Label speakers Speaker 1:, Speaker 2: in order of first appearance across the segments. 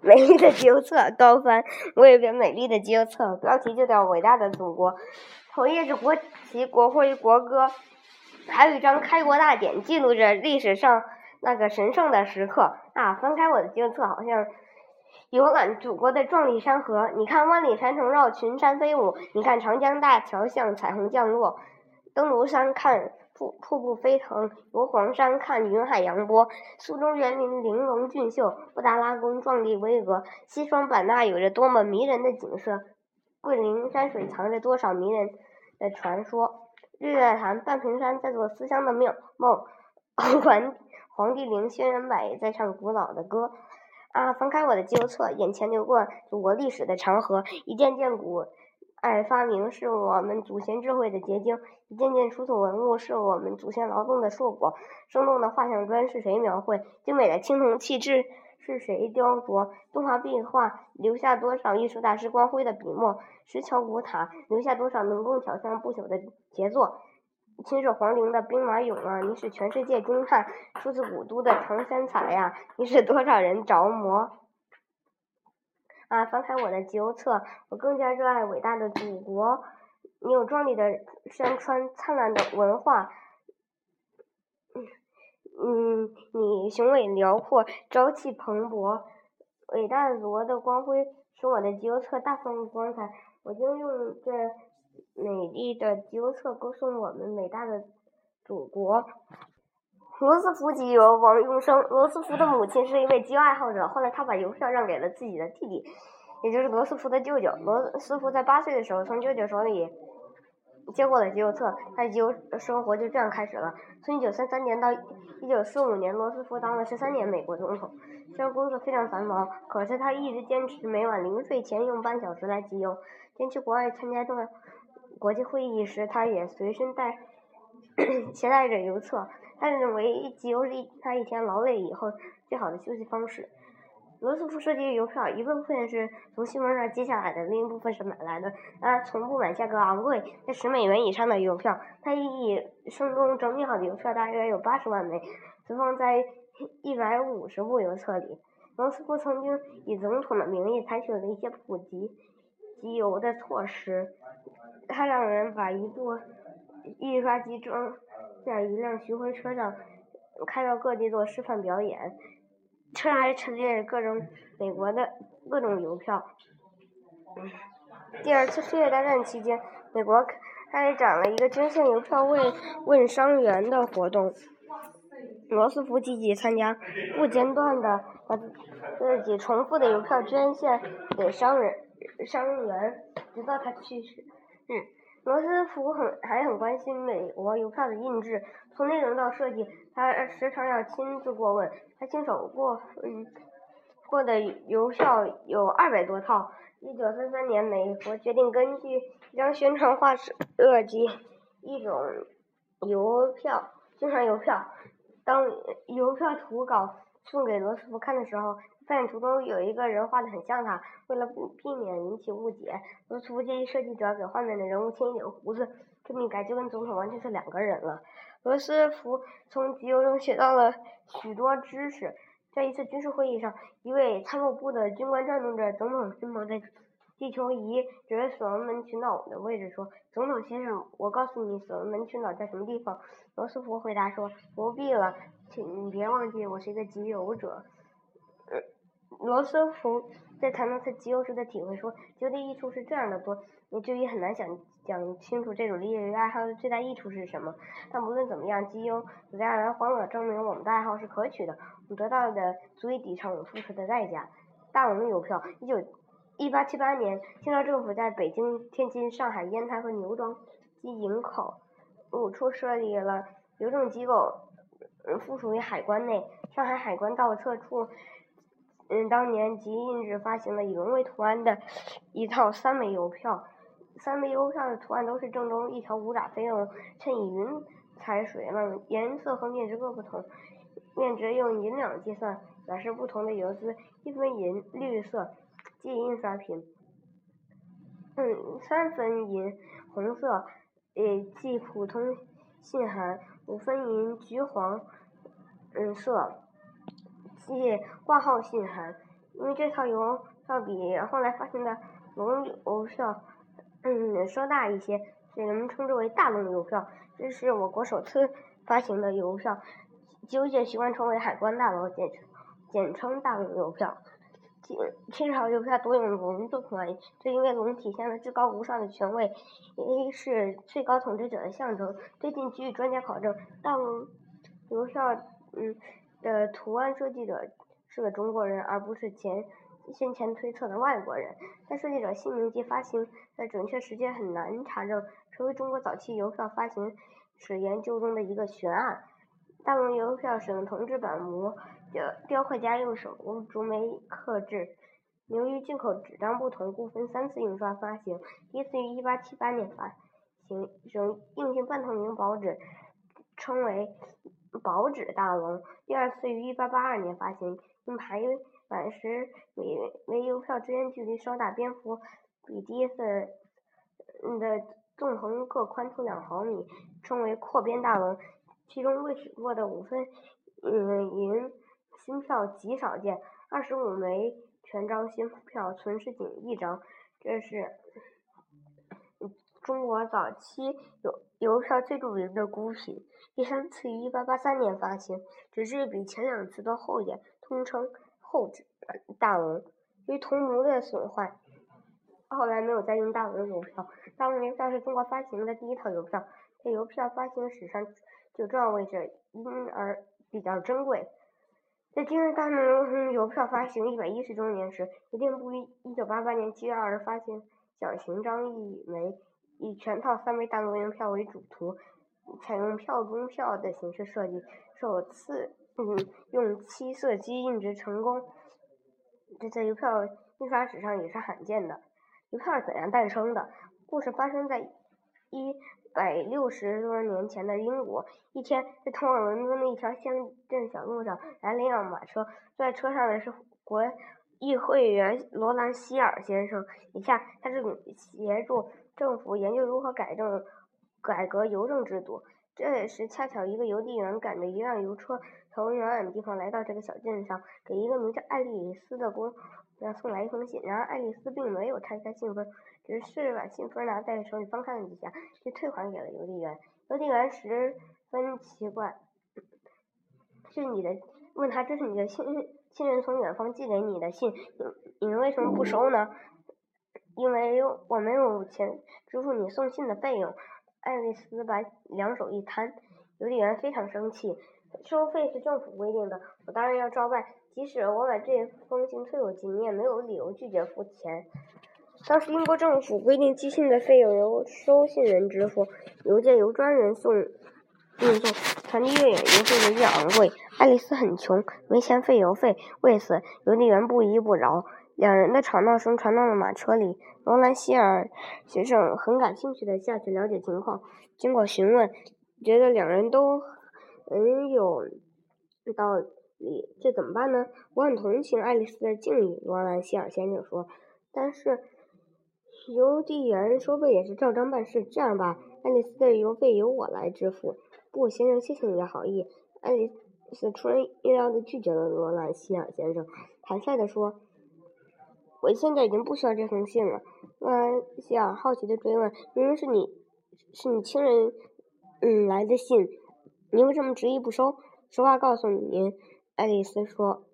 Speaker 1: 美丽的集邮册，高帆。我有一本美丽的集邮册，标题就叫《伟大的祖国》，头页是国旗、国徽、国歌，还有一张开国大典，记录着历史上那个神圣的时刻啊！翻开我的集邮册，好像游览祖国的壮丽山河。你看万里长城绕群山飞舞，你看长江大桥像彩虹降落，登庐山看瀑布飞腾，游黄山看云海扬波，苏州园林玲珑俊秀，布达拉宫壮丽巍峨，西双版纳有着多么迷人的景色，桂林山水藏着多少迷人的传说，日月潭半屏山在做思乡的梦，黄帝陵轩辕柏在唱古老的歌啊！翻开我的集邮册，眼前流过祖国历史的长河，一件件古发明是我们祖先智慧的结晶，一件件出土文物是我们祖先劳动的硕果，生动的画像砖是谁描绘，精美的青铜器质是谁雕琢，中华壁画留下多少艺术大师光辉的笔墨，石桥古塔留下多少能工巧匠不朽的杰作，亲手皇陵的兵马俑啊，你使全世界惊叹，出自古都的唐三彩呀，你使多少人着魔啊！翻开我的集邮册，我更加热爱伟大的祖国。你有壮丽的山川，灿烂的文化，你雄伟辽阔，朝气蓬勃。伟大的祖国的光辉使我的集邮册大放光彩。我就用这美丽的集邮册歌颂我们伟大的祖国。罗斯福集邮，王永生。罗斯福的母亲是一位集邮爱好者，后来他把邮票让给了自己的弟弟，也就是罗斯福的舅舅。罗斯福在8岁的时候从舅舅手里接过了集邮册，他的集邮生活就这样开始了。从1933年到1945年，罗斯福当了13年美国总统，虽然工作非常繁忙，可是他一直坚持每晚临睡前用半小时来集邮。前去国外参加重要国际会议时，他也随身携带着邮册。他认为集邮是他一天劳累以后最好的休息方式。罗斯福设计邮票，一部分是从信封上接下来的，另一部分是买来的。他从不买价格昂贵，在$10以上的邮票。他一生中整理好的邮票大约有80万枚，存放在150部邮册里。罗斯福曾经以总统的名义采取了一些普及集邮的措施。他让人把一部印刷机装在一辆巡回车上，开到各地做示范表演。车上还陈列着美国的各种邮票。第2次世界大战期间，美国开展了一个捐献邮票问伤员的活动。罗斯福积极参加，不间断的把自己重复的邮票捐献给伤员，直到他去世。罗斯福还很关心美国邮票的印制，从内容到设计，他时常要亲自过问。他亲手过的邮票有200多套。1933年，美国决定根据一张宣传画设计一种宣传邮票。当邮票图稿送给罗斯福看的时候，发现图中有一个人画得很像他。为了避免引起误解，罗斯福建议设计者给画面的人物添一点胡子，证明改就跟总统完全是2个人了。罗斯福从集邮中学到了许多知识。在一次军事会议上，一位参谋部的军官转动着总统身旁的地球仪，指着所罗门群岛的位置说：“总统先生，我告诉你所罗门群岛在什么地方。”罗斯福回答说：“不必了，请别忘记我是一个集邮者。”罗斯福在谈到他集邮时的体会说：“集邮的益处是这样的多，以至于很难讲清楚这种业余爱好的最大益处是什么。但无论怎么样，集邮所带来的欢乐证明我们的爱好是可取的，我们得到的足以抵偿我们付出的代价。”大龙邮票，1878年，清朝政府在北京、天津、上海、烟台和牛庄及营口5处设立了邮政机构，附属于海关内。上海海关盗测处当年即印制发行了以龙为图案的一套3枚邮票。3枚邮票的图案都是正中一条五爪飞龙，衬以云彩水浪，颜色和面值各不同，面值用银两计算，表示不同的邮资。1分银绿色，即印刷品；3分银红色，即普通信函；5分银橘黄色，即挂号信函因为这套邮票比后来发行的龙邮票稍大一些，所以人们称之为大龙邮票。这是我国首次发行的邮票，邮界习惯称为海关大楼，简称大龙邮票。清朝邮票多用龙做图案，这因为龙体现了至高无上的权威，也是最高统治者的象征。最近据专家考证，大龙邮票的图案设计者是个中国人，而不是先前推测的外国人。但设计者姓名及发行的准确时间很难查证，成为中国早期邮票发行史研究中的一个悬案。大龙邮票使用铜制板模，雕刻家用手工竹媒刻制。由于进口纸张不同，故分3次印刷发行。第一次于1878年发行，使用硬性半透明薄纸，称为薄纸大龙。第二次于1882年发行，因排版时为邮票之间距离稍大，篇幅比第一次的纵横各宽出2毫米，称为扩编大龙。其中未使过的5分银新票极少见，25枚全张新票存世仅1张。这是中国早期邮票最著名的孤品。第3次于1883年发行，纸质比前2次都厚点，通称厚纸大龙。由于铜模的损坏，后来没有再用大龙邮票。大龙邮票是中国发行的第一套邮票，在邮票发行史上就重要位置，因而比较珍贵。在今日大龙邮票发行110周年时，邮电部于1988年7月2日发行小型张1枚，以全套3枚大龙邮票为主图，采用票中票的形式设计，首次用7色基印制成功，这在邮票印刷史上也是罕见的。邮票是怎样诞生的？故事发生在160多年前的英国。一天，在通往伦敦的一条乡镇小路上，来了一辆马车，坐在车上的是国议会员罗兰希尔先生。以下他正协助政府研究如何改革邮政制度。这时恰巧一个邮递员赶着一辆邮车从遥远的地方来到这个小镇上，给一个名叫爱丽丝的姑娘送来一封信。然而爱丽丝并没有拆开信封，只是把信封拿在手里翻看了几下，就退还给了邮递员。邮递员十分奇怪，问他这是你的亲人从远方寄给你的信，你为什么不收呢？因为我没有钱支付你送信的费用。爱丽丝把两手一摊。邮递员非常生气，收费是政府规定的，我当然要照办，即使我把这封信退回去，你也没有理由拒绝付钱。当时英国政府规定寄信的费用由收信人支付，邮件由专人运送，传递越远，邮费就越昂贵。爱丽丝很穷，没钱费邮费，为此邮递员不依不饶。两人的吵闹声传到了马车里，罗兰希尔先生很感兴趣地下去了解情况。经过询问，觉得两人都很有道理，这怎么办呢？我很同情爱丽丝的境遇，罗兰希尔先生说，但是邮递员收费也是照章办事，这样吧，爱丽丝的邮费由我来支付。不，先生，谢谢你的好意。爱丽丝出人意料地拒绝了罗兰希尔先生，坦率地说，我现在已经不需要这封信了。罗兰希尔好奇地追问，明明是你亲人来的信，你为什么执意不收？实话告诉您，爱丽丝说，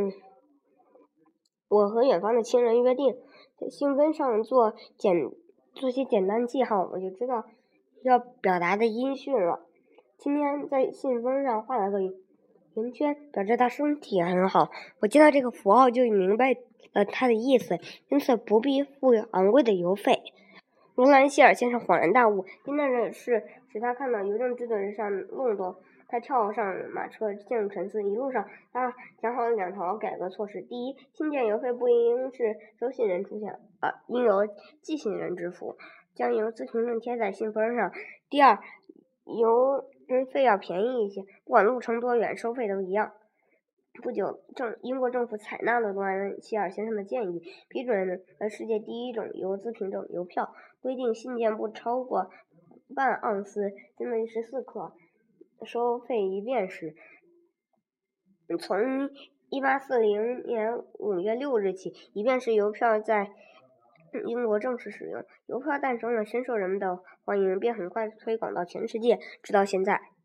Speaker 1: 我和远方的亲人约定，在信封上做些简单记号，我就知道要表达的音讯了。今天在信封上画了个圆圈，表示他身体很好。我见到这个符号就明白了他的意思，因此不必付昂贵的邮费。罗兰希尔先生恍然大悟，惊讶的是使他看到邮政制度上漏洞。他跳上马车，陷入沉思。一路上，他讲好了2条改革措施：第一，信件邮费不应是收信人出现，应由寄信人支付，将邮资凭证贴在信封上；第二，邮费要便宜一些，不管路程多远，收费都一样。不久，英国政府采纳了罗兰希尔先生的建议，批准了世界第一种邮资凭证邮票，规定信件不超过半盎司，约14克，收费一便士。从 1840年5月6日起，以便使邮票在英国正式使用，邮票诞生了，深受人们的欢迎，便很快推广到全世界，直到现在。